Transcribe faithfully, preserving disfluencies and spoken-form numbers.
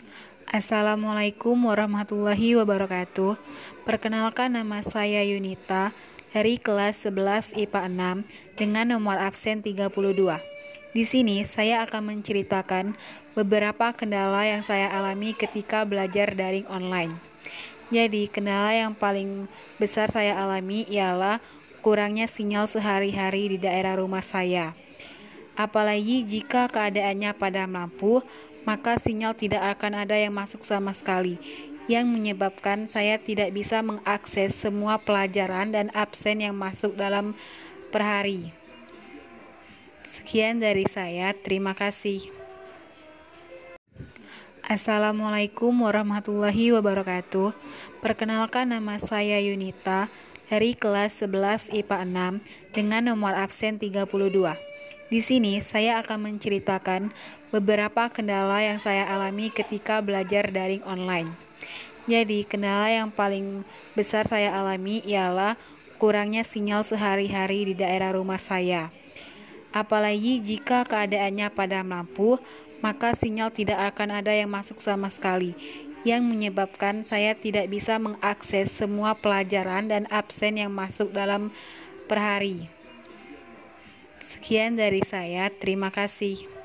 Assalamualaikum warahmatullahi wabarakatuh. Perkenalkan, nama saya Yunita dari kelas sebelas I P A enam dengan nomor absen tiga puluh dua. Di sini saya akan menceritakan beberapa kendala yang saya alami ketika belajar daring online. Jadi, kendala yang paling besar saya alami ialah kurangnya sinyal sehari-hari di daerah rumah saya. Apalagi jika keadaannya padam lampu, maka sinyal tidak akan ada yang masuk sama sekali, yang menyebabkan saya tidak bisa mengakses semua pelajaran dan absen yang masuk dalam per hari. Sekian dari saya, terima kasih. Assalamualaikum warahmatullahi wabarakatuh. Perkenalkan, nama saya Yunita dari kelas sebelas I P A enam dengan nomor absen tiga puluh dua. Di sini saya akan menceritakan beberapa kendala yang saya alami ketika belajar daring online. Jadi, kendala yang paling besar saya alami ialah kurangnya sinyal sehari-hari di daerah rumah saya. Apalagi jika keadaannya padam lampu, maka sinyal tidak akan ada yang masuk sama sekali, yang menyebabkan saya tidak bisa mengakses semua pelajaran dan absen yang masuk dalam per hari. Sekian dari saya, terima kasih.